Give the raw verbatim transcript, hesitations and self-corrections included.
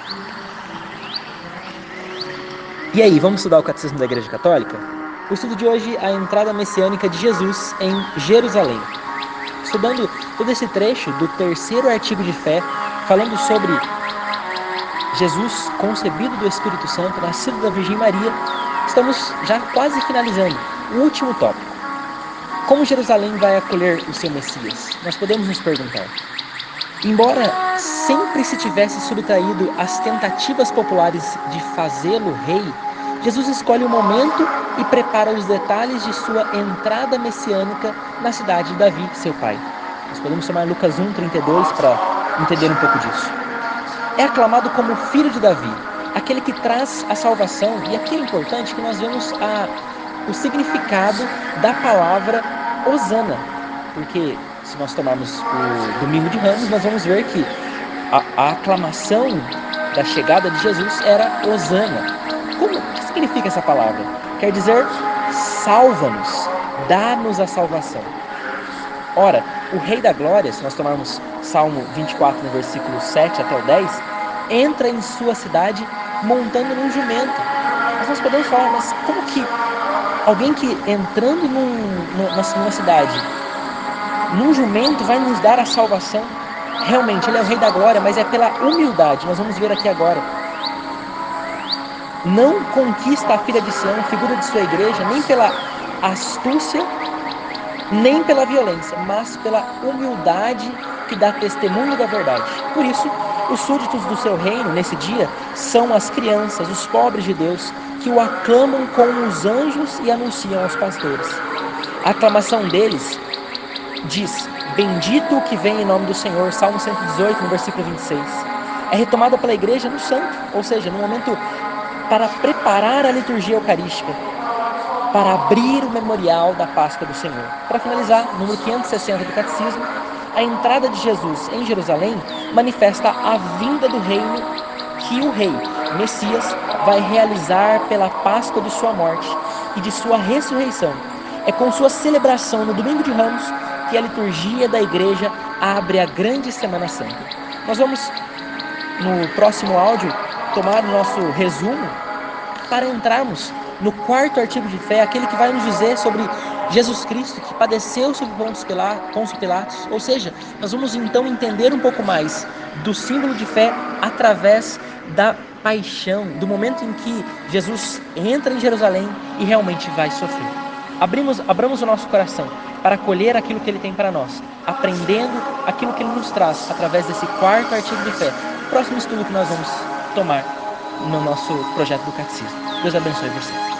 E aí, vamos estudar o Catecismo da Igreja Católica? O estudo de hoje é a entrada messiânica de Jesus em Jerusalém. Estudando todo esse trecho do terceiro artigo de fé, falando sobre Jesus concebido do Espírito Santo, nascido da Virgem Maria, estamos já quase finalizando o último tópico. Como Jerusalém vai acolher o seu Messias? Nós podemos nos perguntar. Embora sempre se tivesse subtraído às tentativas populares de fazê-lo rei, Jesus escolhe o momento e prepara os detalhes de sua entrada messiânica na cidade de Davi, seu pai. Nós podemos tomar Lucas um, trinta e dois para entender um pouco disso. É aclamado como filho de Davi, aquele que traz a salvação, e aqui é importante que nós vemos a, o significado da palavra Hosana, porque se nós tomarmos o Domingo de Ramos, nós vamos ver que a, a aclamação da chegada de Jesus era Hosana. Como, o que significa essa palavra? Quer dizer, salva-nos, dá-nos a salvação. Ora, o Rei da Glória, se nós tomarmos Salmo vinte e quatro, no versículo sete até o dez, entra em sua cidade montando num jumento. Mas nós podemos falar, mas como que alguém que entrando num, numa cidade, num jumento, vai nos dar a salvação? Realmente, ele é o Rei da Glória, mas é pela humildade. Nós vamos ver aqui agora. Não conquista a filha de Sião, figura de sua igreja, nem pela astúcia, nem pela violência, mas pela humildade que dá testemunho da verdade. Por isso, os súditos do seu reino, nesse dia, são as crianças, os pobres de Deus, que o aclamam com os anjos e anunciam aos pastores. A aclamação deles diz: bendito o que vem em nome do Senhor, Salmo cento e dezoito, no versículo vinte e seis. É retomada pela igreja no santo, ou seja, no momento para preparar a liturgia eucarística, para abrir o memorial da Páscoa do Senhor. Para finalizar, número quinhentos e sessenta do Catecismo, a entrada de Jesus em Jerusalém manifesta a vinda do reino que o rei, Messias, vai realizar pela Páscoa de sua morte e de sua ressurreição. É com sua celebração no Domingo de Ramos que a liturgia da igreja abre a grande Semana Santa. Nós vamos, no próximo áudio, tomar o nosso resumo para entrarmos no quarto artigo de fé, aquele que vai nos dizer sobre Jesus Cristo, que padeceu sob Pôncio Pilatos. Ou seja, nós vamos então entender um pouco mais do símbolo de fé através da paixão, do momento em que Jesus entra em Jerusalém e realmente vai sofrer. Abrimos, abramos o nosso coração para acolher aquilo que Ele tem para nós, aprendendo aquilo que Ele nos traz através desse quarto artigo de fé. Próximo estudo que nós vamos tomar no nosso projeto do Catecismo. Deus abençoe você.